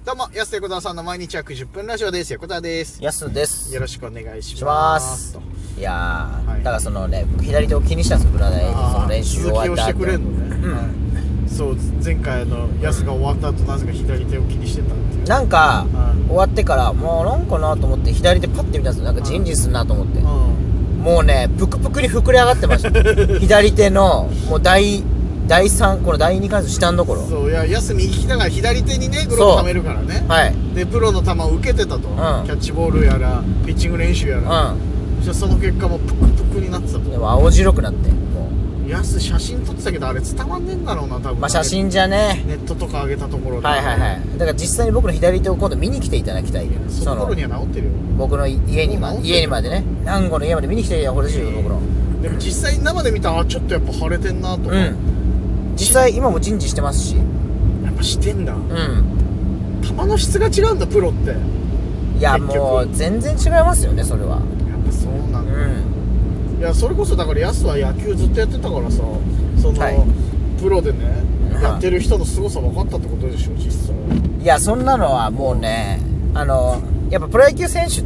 どうも、安手小沢さんの毎日約10分ラジオです。横田です。 安です。 よろしくお願いします。 いやー、はい、だからそのね、僕左手を気にしたんですよ、ブラダイその練習終わった後。 続きをしてくれんのね。うん、はい、そう、前回安が終わった後、なぜか左手を気にしてたっていう。 なんか、終わってから、もうなんかなと思って左手パッて見たんですよ。なんかジンジンすんなと思って。もうね、ぷくぷくに膨れ上がってました。左手の、もう第3、この第2関節下のところ。 そう、いや、休み行きながら左手にね、グローブはめるからね。はい。で、プロの球を受けてたと。キャッチボールやら、ピッチング練習やら。その結果もぷくぷくになってたと。 でも青白くなって、もう。安写真撮ってたけど、あれ伝わんねえんだろうな、多分。 まあ写真じゃね。 ネットとか上げたところで。 はいはいはい。だから実際に僕の左手を今度見に来ていただきたい。 その頃には治ってるよ。 僕の家にまでね。南郷の家まで見に来てほしいよ、僕の。 でも実際生で見たら、ちょっとやっぱ腫れてんなとか。 実際今も人事してますし。 やっぱしてんだ。球の質が違うんだ、プロって。 いやもう全然違いますよね、それは。 やっぱそうなんだ。いや、それこそだからヤスは野球ずっとやってたからさ、プロでね、やってる人の凄さ分かったってことでしょ、実際。 いや、そんなのはもうね、やっぱプロ野球選手って、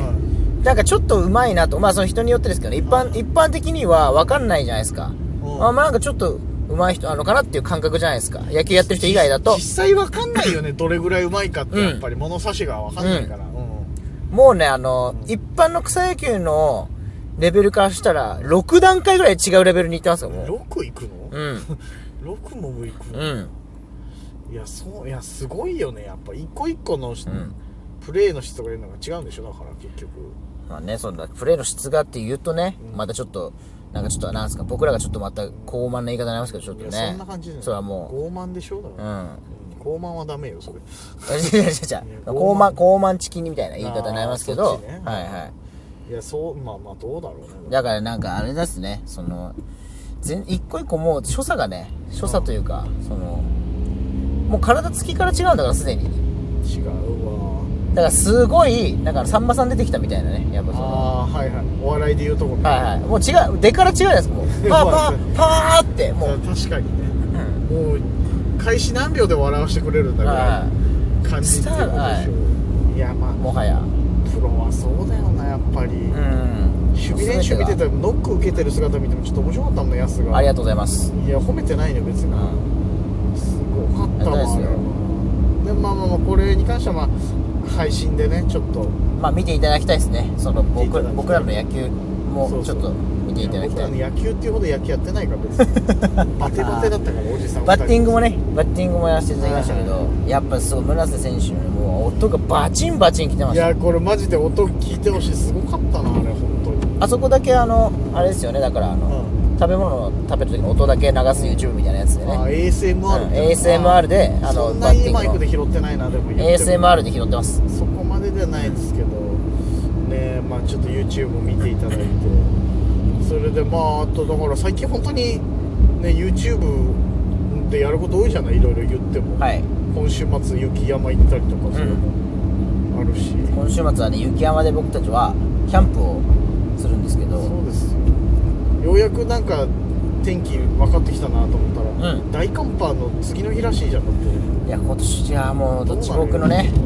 なんかちょっと上手いなと、まあその人によってですけどね、一般的には分かんないじゃないですか。まあなんかちょっと上手い人なのかなっていう感覚じゃないですか。野球やってる人以外だと。 実際分かんないよね、どれぐらい上手いかって、やっぱり物差しが分かんないから。 もうね、一般の草野球のレベルからしたら、6段階ぐらい違うレベルに行ってますよ、もう。 6行くの?6 も行くのいや、すごいよね、やっぱ。一個一個の、プレーの質とかいうのが違うんでしょ、だから結局。 まあね、そんな、プレーの質がって言うとね、またちょっと、なんですか、僕らがちょっとまた高慢な言い方になりますけど、ちょっとね。 そんな感じで。 それはもう。 傲慢でしょ、だから。高慢はダメよ、それ。 高慢チキンみたいな言い方になりますけど、はいはい。 いや、そう、まあどうだろうね。 だからなんかあれですね、一個一個もう所作というか、もう体つきから違うんだからすでに。 違うわ。 だからすごい、だからさんまさん出てきたみたいなね、やっぱはいはい。お笑いで言うとこね。 はいはい。もう違う、出から違うじゃないですか、もう。パーって、もう。 確かにね。もう、開始何秒で笑わしてくれるんだから感じっていうことでしょ。いや、まあ。 もはや。 プロはそうだよな、やっぱり。守備練習見てたら、ノック受けてる姿見てもちょっと面白かったもんね、ヤスが。 ありがとうございます。 いや、褒めてないね、別に。すごかったわ。で、まあこれに関しては、まあ、配信でね、ちょっと。 まあ、見ていただきたいですね。僕らの野球もちょっと見ていただきたい。 僕らの野球っていうほど野球やってないから別に。バテバテだったから、おじさん。 バッティングもやらせていただきましたけど、やっぱそう、村瀬選手のもう音がバチンバチン来てました。 いや、これマジで音聞いてほしい。すごかったな、あれ、本当に。 あそこだけあれですよね、だから食べ物を食べる時の音だけ流す YouTube みたいなやつでね。ASMR でそんないいマイクで拾ってないな、でも ASMR で拾ってます。 そこまでではないですけどね。まあちょっと YouTube を見ていただいて、それでまああとだから最近本当にね YouTube でやること多いじゃない、いろいろ言っても。今週末雪山行ったりとかそれもあるし、 今週末はね雪山で僕たちはキャンプをするんですけど。 そうですよ。ようやくなんか天気分かってきたなと思ったら、大寒波の次の日らしいじゃん。だっていや、今年はもう地獄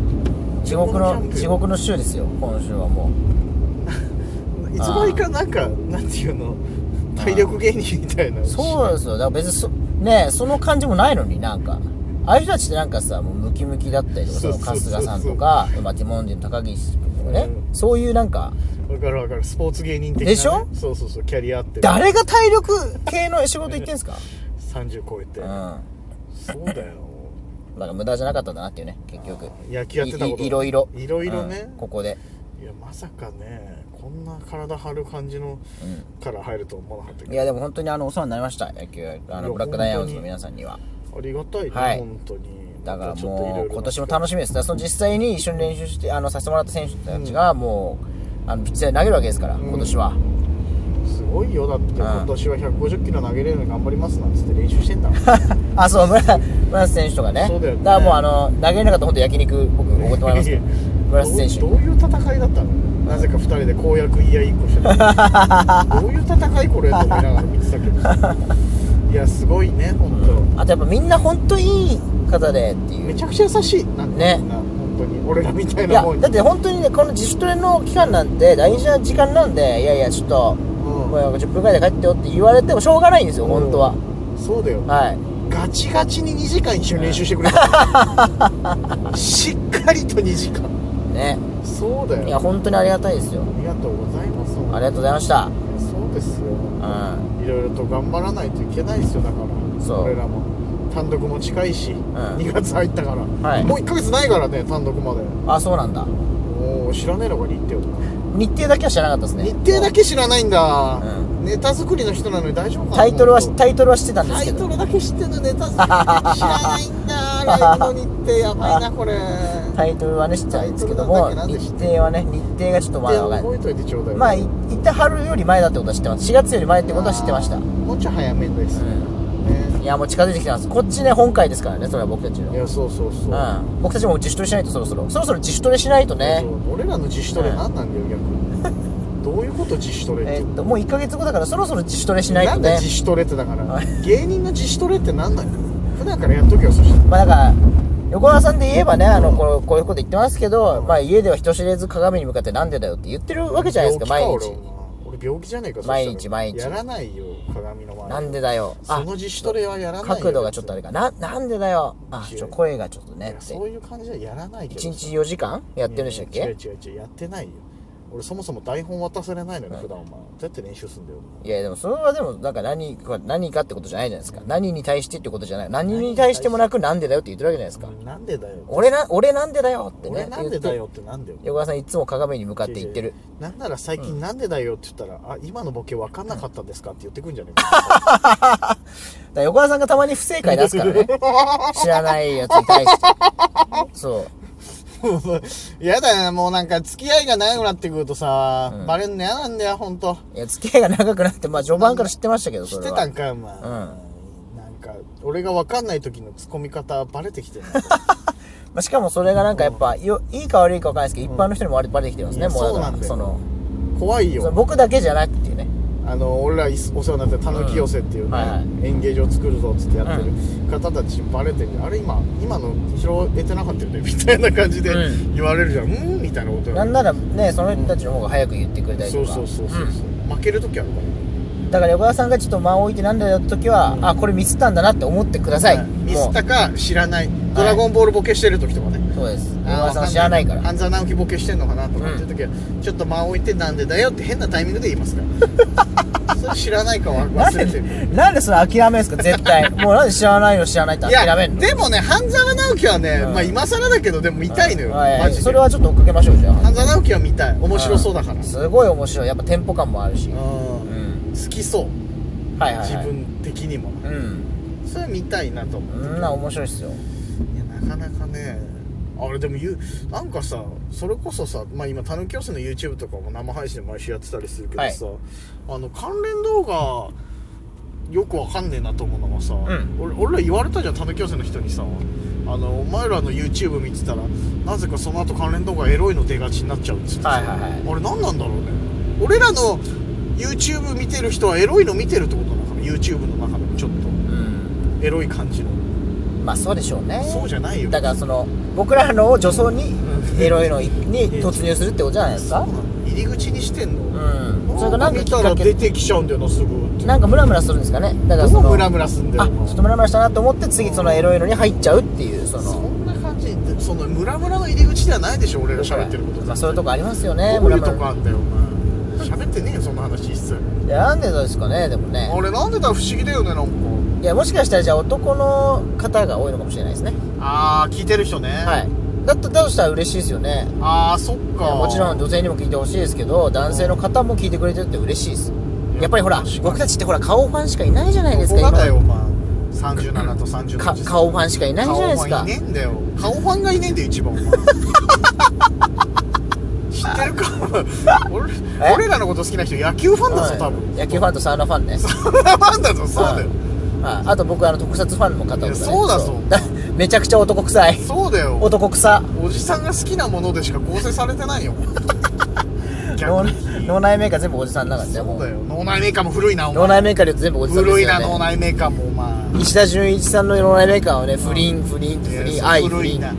の週ですよ、今週はもう。いつまでかなんかなんていうの、体力芸人みたいな。 そうですよ。だから別にその感じもないのに、なんかああいう人たちってなんかさ、もうムキムキだったりとか、春日さんとかティモンディの高岸とかね、そういうなんか分かるスポーツ芸人的な、 でしょ。 そうキャリアあって。 誰が体力系の仕事行ってんすか 30超えて。そうだよ。 だから無駄じゃなかったんだなっていうね、結局。 野球やってたこといろいろね、 ここで。 いや、まさかね、こんな体張る感じのから入ると思わなかったけど。 いや、でも本当にお世話になりました、野球。ブラックダイヤモンドの皆さんには。 ありがたいね、本当に。 だからもう今年も楽しみです。だから実際に一緒に練習してさせてもらった選手たちがもうピッチャーで投げるわけですから、今年は。 すごいよ。だって今年は150キロ投げれるのに頑張りますなんつって練習してんだ。 あ、そう、村瀬選手とかね。 そうだよね。 だからもう投げれなかったら本当焼肉僕おごってもらいますけど。村瀬選手。 どういう戦いだったの？なぜか2人で公約言い合いっこしてた。どういう戦いこれと思いながら見てたけど。いや、すごいね、本当。 あとやっぱみんな本当いい方でっていう。 めちゃくちゃ優しい。なんかね。 当に俺らみたいいやなもんに。 だって本当にね、この自主トレの期間なんて大事な時間なんで、いやいやちょっと、これ10分ぐらいで帰ってよって言われてもしょうがないんですよ、本当は。 そうだよ、 はい。 ガチガチに2時間一緒に練習してくれた、しっかりと2時間ね。 そうだよ。 いや本当にありがたいですよ。 ありがとうございます。 ありがとうございました。 そうですよ、 うん。 いろいろと頑張らないといけないですよ。だからそう俺らも単独も近いし、2月入ったから、 はいもう1ヶ月ないからね、単独まで。 あ、そうなんだ。 もう知らねえのか、日程とか。 日程だけは知らなかったですね。 日程だけ知らないんだ、 うネタ作りの人なのに大丈夫かな。 タイトルは本当タイトルは知ってたんですタイけど。 トルだけ知ってるの、ネタ知らないんだライブの日程やばいなこれ。 タイトルはね知ってたんですけどタも、 イトルなんだっけ日程はね、日程がちょっとまだわかんない。 覚えといてちょうだい。 まあ一旦春より前だってことは知ってます。4月より前ってことは知ってました。 もうちょい早めです、ねいやもう近づいてきてます。こっちね本会ですからね、それは僕たちの。 いやそうそうそう、 僕たちも自主トレしないとそろそろ自主トレしないとね。 そう俺らの自主トレ何なんだよ、逆にどういうこと自主トレって、 もう1ヶ月後だからそろそろ自主トレしないとなんだね。 自主トレって。だから、 はい芸人の自主トレって何だよ。普段からやっとけよ。そしてまあだから横川さんで言えばね、こういうこと言ってますけど、まあ家では人知れず鏡に向かってなんでだよって言ってるわけじゃないですか、毎日。 病気俺病気じゃねえか。 毎日そしたら毎日やらないよ、鏡の前で。 なんでだよ。 その自主トレはやらないよ。 角度がちょっとあれかなんでだよ。声がちょっとねって。 そういう感じでやらないけど 1日4時間やってるんでしたっけ？ 違うやってないよ。俺そもそも台本渡されないのに、普段お前どうやって練習すんだよ。 いやでもそれはでもなんか何かってことじゃないじゃないですか。何に対してってことじゃない。何に対してもなくなんでだよって言ってるわけじゃないですか。 なんでだよ。 俺なんでだよってね。 俺なんでだよってなんだよ。 横川さんいつも鏡に向かって言ってる。 なんなら最近なんでだよって言ったら、あ、今のボケ分かんなかったですかって言ってくんじゃねえか。 だから横川さんがたまに不正解出すからね。知らないやつに対して。そう。 やだよ、もうなんか付き合いが長くなってくるとさ、バレんの嫌なんだよ、ほんと。 いや、付き合いが長くなって、まあ序盤から知ってましたけど、それは。 知ってたんかよ、お前。なんか、俺が分かんない時の突っ込み方バレてきてるな。 まあしかもそれがなんかやっぱ、いいか悪いか分かんないですけど、一般の人にもバレてきてますね、もう。 そうなんだよ。怖いよ。 僕だけじゃなくてね。 俺らお世話になってるたぬき寄せっていうね、演芸場作るぞっつってやってる方たちバレてる、あれ今の拾えてなかったよねみたいな感じで言われるじゃん、みたいなことなんならね、その人たちの方が早く言ってくれたりとか。 そう負ける時あるからね。 だから横川さんがちょっと間を置いてなんだよって時は、あ、これミスったんだなって思ってください。 ミスったか知らない、ドラゴンボールボケしてる時とかね。 そうです。横川さんは知らないから。 半沢直樹ボケしてんのかなとかっていう時は、ちょっと間を置いてなんでだよって変なタイミングで言いますからそれ知らないか忘れてる。 なんでそれ諦めるんですか、絶対。もうなんで知らないのって諦めるの。 でもね、半沢直樹はね、まあ今更だけどでも見たいのよ、マジで。 それはちょっと追っかけましょう、じゃあ。 半沢直樹は見たい。面白そうだから。 すごい面白い。やっぱテンポ感もあるし。 好きそう。自分的にも。それ見たいなと思って。 面白いっすよ。 いや、なかなかね、あれでもなんかさ、それこそさ、まあ今たぬき寄せの YouTube とかも生配信で毎週やってたりするけどさ、関連動画よくわかんねえなと思うのがさ、俺ら言われたじゃん、たぬき寄せの人にさ、お前らの YouTube 見てたらなぜかその後関連動画エロいの出がちになっちゃうっつってさ、あれ何なんだろうね。俺らの YouTube 見てる人はエロいの見てるってことなのかな、 YouTube の中でもちょっとエロい感じの。 まあそうでしょうね。 そうじゃないよ。 だからその僕らの女装にエロいのに突入するってことじゃないですか。 入り口にしてんの。 それがなんか見たら出てきちゃうんだよな、すぐ。 なんかムラムラするんですかね。だからそのムラムラすんだよ。 ちょっとムラムラしたなと思って次そのエロいのに入っちゃうっていう、そんな感じ。そのムラムラの入り口ではないでしょ、俺が喋ってること。 まあそういうとこありますよね。 どういうとこあんだよ、お前。喋ってねえよ、そんな話一切。 いや、なんでですかね、でもね。 あれなんでだ、不思議だよね、なんか。 いや、もしかしたらじゃあ男の方が多いのかもしれないですね。 聞いてる人ね。 はい。だとしたら嬉しいですよね。 そっか。 もちろん女性にも聞いてほしいですけど、男性の方も聞いてくれてるって嬉しいです。やっぱりほら、僕たちってほら顔ファンしかいないじゃないですか。 今だよ、お前。37と30の顔ファンしかいないじゃないですか。 顔ファンいねえんだよ。顔ファンがいねえんだよ、一番。お前知ってるか俺らのこと好きな人野球ファンだぞ、多分。 野球ファンとサウナファンね。 サウナファンだぞ、そうだよ。 あと僕特撮ファンの方とかね。 そうだぞ。 めちゃくちゃ男臭い。 そうだよ。 男臭。 おじさんが好きなものでしか構成されてないよ。 脳内メーカー全部おじさんだからね。 そうだよ。脳内メーカーも古いな、お前。 脳内メーカーで言うと全部おじさんですよね。 古いな、脳内メーカーも、お前。 石田純一さんの脳内メーカーはね、不倫、愛、 古いな。古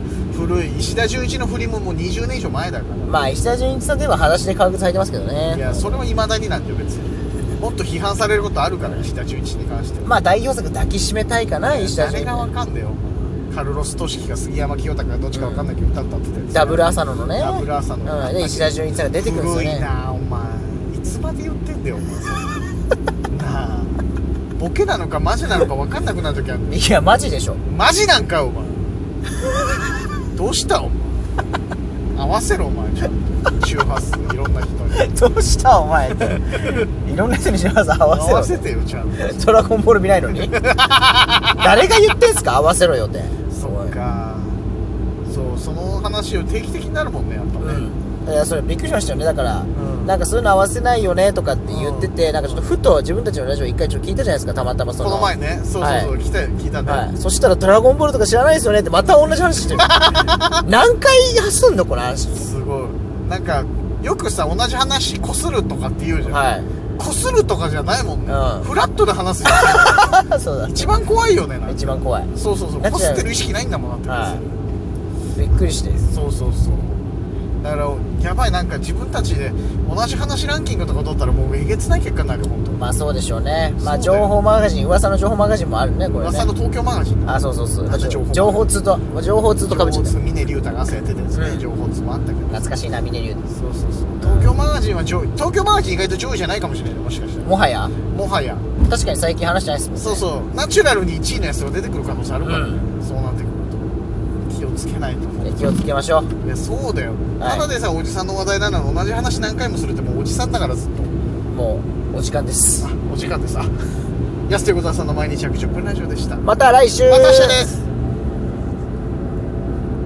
古い石田純一の振りももう20年以上前だから。 まあ石田純一さんといえば裸足で革靴履いてますけどね。 いやそれは未だになんだよ別に。もっと批判されることあるから石田純一に関しては。 まあ代表作抱きしめたいかな、石田純誰一。 がわかんねえよ。カルロス・トシキか杉山清隆かどっちかわかんないけど歌ってたやつ。 ダブル浅野のね。 ダブル浅野。 で石田純一さんが出てくるんですよね。 古いなお前。いつまで言ってんだよお前。なあ。ボケなのかマジなのかわかんなくなる時ある。 いやマジでしょ。 マジなんかお前。どうしたお前。合わせろお前。周波数いろんな人に。 どうしたお前って。いろんな人にします合わせろ。 合わせてよちゃんと。 ドラゴンボール見ないのに。誰が言ってんすか合わせろよって。 そっか。そうその話を定期的になるもんねやっぱね。 いやそれびっくりしましたよね。だから、 んなんかそういうの合わせないよねとかって言ってて、なんかちょっとふと自分たちのラジオ一回ちょっと聞いたじゃないですか、たまたまそのこの前ね。そうそうそう、 はい聞いたんだよ。 はい、そしたらドラゴンボールとか知らないですよねってまた同じ話してる。何回すんのこの話。 すごい。なんかよくさ同じ話こするとかって言うじゃん。 はい。 こするとかじゃないもんね。 うんフラットで話すよ。 そうだ。 一番怖いよねなんか。 一番怖い。 そうそうそう。 だってこすってる意識ないんだもんなって感じする。 びっくりして。 そうそうそう。だからやばい、なんか自分たちで同じ話ランキングとか取ったらもうえげつない結果になる本当。 まあそうでしょうね。まあそうだよ情報マガジン、噂の情報マガジンもあるねこれね。 噂の東京マガジン。 あ、そうそうそう。 なんで情報情報通とかぶっちゃった。 峰竜太が朝やってたやつね。 うん情報通もあったけど。 懐かしいな、ミネリュウ。 そうそうそう。東京マガジンは上位。東京マガジン意外と上位じゃないかもしれない。もしかしたら。 もはやもはや。 確かに最近話してないですもんね。 そうそう。ナチュラルに1位のやつが出てくる可能性あるからね。 うそうなってくると気をつけないと。 気をつけましょう。 いやそうだよ。 はいただでさおじさんの話題なの同じ話何回もするってもうおじさんだからずっと。 もうお時間です。 お時間でさ。安手小沢さんの毎日約10分ラジオでした。 また来週。 また明日です。